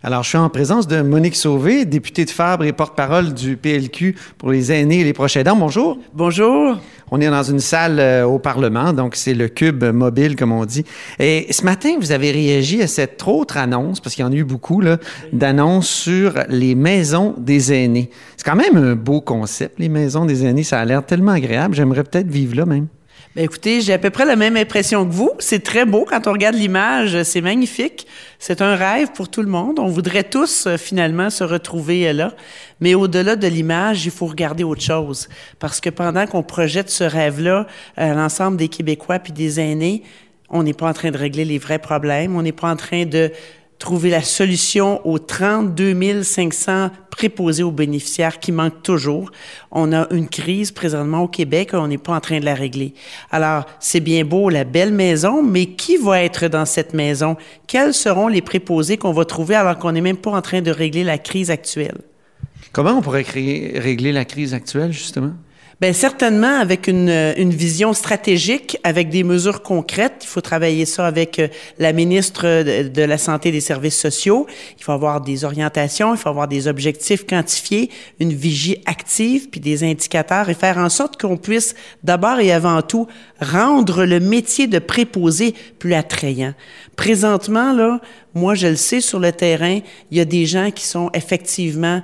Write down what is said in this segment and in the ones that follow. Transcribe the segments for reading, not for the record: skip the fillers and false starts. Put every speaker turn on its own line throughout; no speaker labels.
Alors, je suis en présence de Monique Sauvé, députée de Fabre et porte-parole du PLQ pour les aînés et les proches aidants. Bonjour.
Bonjour.
On est dans une salle au Parlement, donc c'est le cube mobile, comme on dit. Et ce matin, vous avez réagi à cette autre annonce, parce qu'il y en a eu beaucoup, là, d'annonces sur les maisons des aînés. C'est quand même un beau concept, les maisons des aînés. Ça a l'air tellement agréable. J'aimerais peut-être vivre là même.
Bien, écoutez, j'ai à peu près la même impression que vous. C'est très beau quand on regarde l'image, c'est magnifique. C'est un rêve pour tout le monde. On voudrait tous, finalement, se retrouver là. Mais au-delà de l'image, il faut regarder autre chose. Parce que pendant qu'on projette ce rêve-là, l'ensemble des Québécois puis des aînés, on n'est pas en train de régler les vrais problèmes. On n'est pas en train de trouver la solution aux 32 500 préposés aux bénéficiaires qui manquent toujours. On a une crise présentement au Québec, on n'est pas en train de la régler. Alors, c'est bien beau, la belle maison, mais qui va être dans cette maison? Quels seront les préposés qu'on va trouver alors qu'on n'est même pas en train de régler la crise actuelle?
Comment on pourrait régler la crise actuelle, justement?
Bien, certainement avec une vision stratégique, avec des mesures concrètes. Il faut travailler ça avec la ministre de la Santé et des Services sociaux. Il faut avoir des orientations, il faut avoir des objectifs quantifiés, une vigie active, puis des indicateurs et faire en sorte qu'on puisse d'abord et avant tout rendre le métier de préposé plus attrayant. Présentement, là, moi, je le sais sur le terrain, il y a des gens qui sont effectivement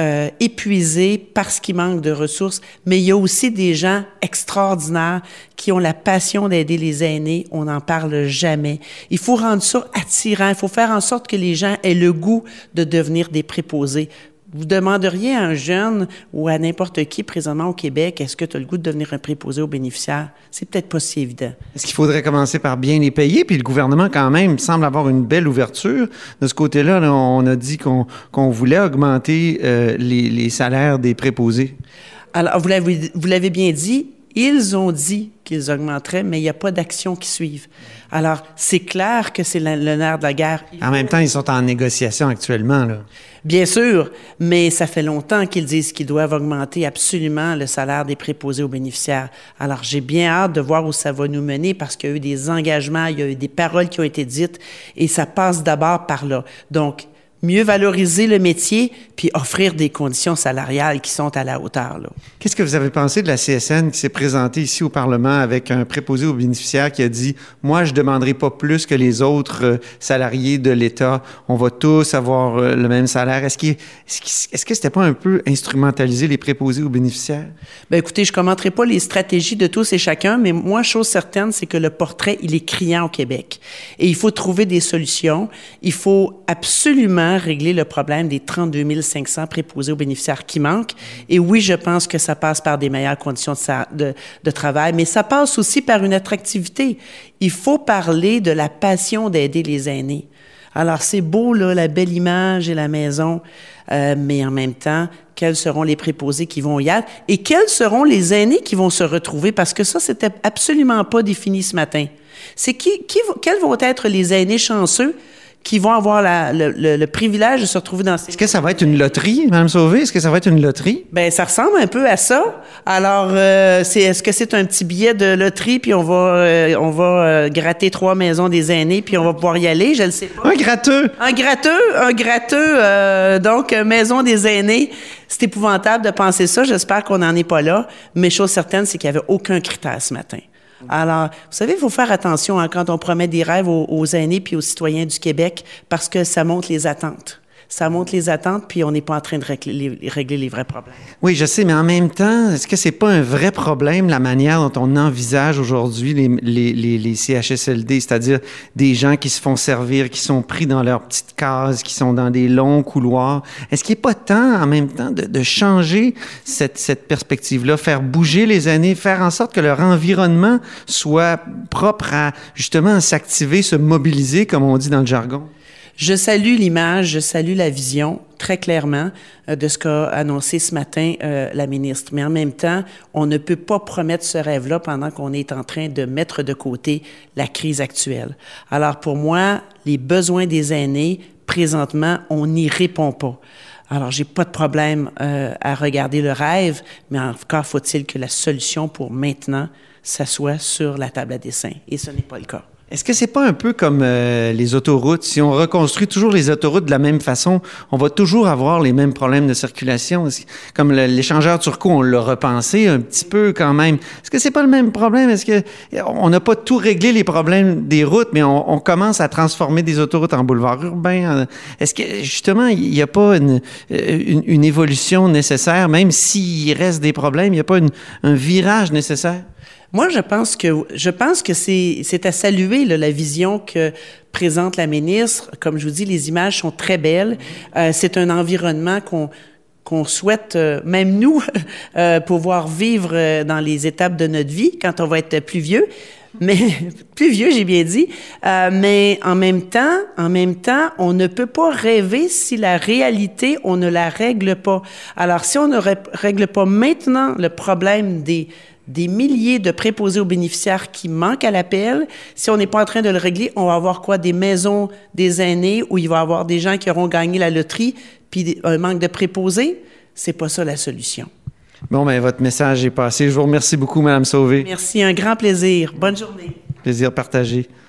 épuisés parce qu'il manque de ressources, mais il y a aussi des gens extraordinaires qui ont la passion d'aider les aînés. On n'en parle jamais. Il faut rendre ça attirant. Il faut faire en sorte que les gens aient le goût de devenir des préposés. Vous demanderiez à un jeune ou à n'importe qui présentement au Québec, est-ce que tu as le goût de devenir un préposé aux bénéficiaires? C'est peut-être pas si évident.
Est-ce qu'il faudrait commencer par bien les payer? Puis le gouvernement, quand même, semble avoir une belle ouverture. De ce côté-là, là, on a dit qu'on voulait augmenter les salaires des préposés.
Alors, vous l'avez bien dit, ils ont dit qu'ils augmenteraient, mais il n'y a pas d'actions qui suivent. Alors, c'est clair que c'est le nerf de la guerre.
En même temps, ils sont en négociation actuellement, là.
Bien sûr, mais ça fait longtemps qu'ils disent qu'ils doivent augmenter absolument le salaire des préposés aux bénéficiaires. Alors, j'ai bien hâte de voir où ça va nous mener parce qu'il y a eu des engagements, il y a eu des paroles qui ont été dites et ça passe d'abord par là. Donc, mieux valoriser le métier, puis offrir des conditions salariales qui sont à la hauteur, là.
Qu'est-ce que vous avez pensé de la CSN qui s'est présentée ici au Parlement avec un préposé aux bénéficiaires qui a dit « Moi, je ne demanderai pas plus que les autres salariés de l'État. On va tous avoir le même salaire. » Est-ce que c'était pas un peu instrumentaliser les préposés aux bénéficiaires?
Bien, écoutez, je ne commenterai pas les stratégies de tous et chacun, mais moi, chose certaine, c'est que le portrait, il est criant au Québec. Et il faut trouver des solutions. Il faut absolument régler le problème des 32 500 préposés aux bénéficiaires qui manquent. Et oui, je pense que ça passe par des meilleures conditions de travail, mais ça passe aussi par une attractivité. Il faut parler de la passion d'aider les aînés. Alors, c'est beau, là, la belle image et la maison, mais en même temps, quels seront les préposés qui vont y être et quels seront les aînés qui vont se retrouver? Parce que ça, c'était absolument pas défini ce matin. C'est quels vont être les aînés chanceux qui vont avoir le privilège de se retrouver dans ces...
Est-ce que ça va être une loterie, Mme Sauvé? Est-ce que ça va être une loterie?
Bien, ça ressemble un peu à ça. Alors, est-ce que c'est un petit billet de loterie, puis on va gratter 3 maisons des aînés, puis on va pouvoir y aller? Je ne sais pas.
Un gratteux!
Un gratteux, donc, maison des aînés. C'est épouvantable de penser ça. J'espère qu'on n'en est pas là. Mais chose certaine, c'est qu'il n'y avait aucun critère ce matin. Alors, vous savez, il faut faire attention quand on promet des rêves aux aînés puis aux citoyens du Québec parce que ça montre les attentes. Ça montre les attentes, puis on n'est pas en train de régler les vrais problèmes.
Oui, je sais, mais en même temps, est-ce que c'est pas un vrai problème la manière dont on envisage aujourd'hui les CHSLD, c'est-à-dire des gens qui se font servir, qui sont pris dans leurs petites cases, qui sont dans des longs couloirs? Est-ce qu'il n'est pas temps, en même temps, de changer cette perspective-là, faire bouger les aînés, faire en sorte que leur environnement soit propre à, justement, s'activer, se mobiliser, comme on dit dans le jargon?
Je salue l'image, je salue la vision, très clairement, de ce qu'a annoncé ce matin la ministre. Mais en même temps, on ne peut pas promettre ce rêve-là pendant qu'on est en train de mettre de côté la crise actuelle. Alors, pour moi, les besoins des aînés, présentement, on n'y répond pas. Alors, j'ai pas de problème à regarder le rêve, mais encore faut-il que la solution pour maintenant s'assoie sur la table à dessin. Et ce n'est pas le cas.
Est-ce que c'est pas un peu comme les autoroutes? Si on reconstruit toujours les autoroutes de la même façon, on va toujours avoir les mêmes problèmes de circulation. Comme l'échangeur Turcot, on l'a repensé un petit peu quand même. Est-ce que c'est pas le même problème? Est-ce que on n'a pas tout réglé les problèmes des routes, mais on commence à transformer des autoroutes en boulevards urbains? Est-ce que justement, il n'y a pas une évolution nécessaire, même s'il reste des problèmes, il n'y a pas un virage nécessaire?
Moi, je pense que c'est à saluer là, la vision que présente la ministre. Comme je vous dis, les images sont très belles. C'est un environnement qu'on souhaite, même nous, pouvoir vivre dans les étapes de notre vie quand on va être plus vieux. Mais plus vieux, j'ai bien dit. Mais en même temps, on ne peut pas rêver si la réalité, on ne la règle pas. Alors, si on ne règle pas maintenant le problème des milliers de préposés aux bénéficiaires qui manquent à l'appel. Si on n'est pas en train de le régler, on va avoir quoi? Des maisons des aînés où il va y avoir des gens qui auront gagné la loterie puis un manque de préposés. C'est pas ça la solution.
Bon, ben votre message est passé. Je vous remercie beaucoup, Mme Sauvé.
Merci, un grand plaisir. Bonne journée.
Plaisir partagé.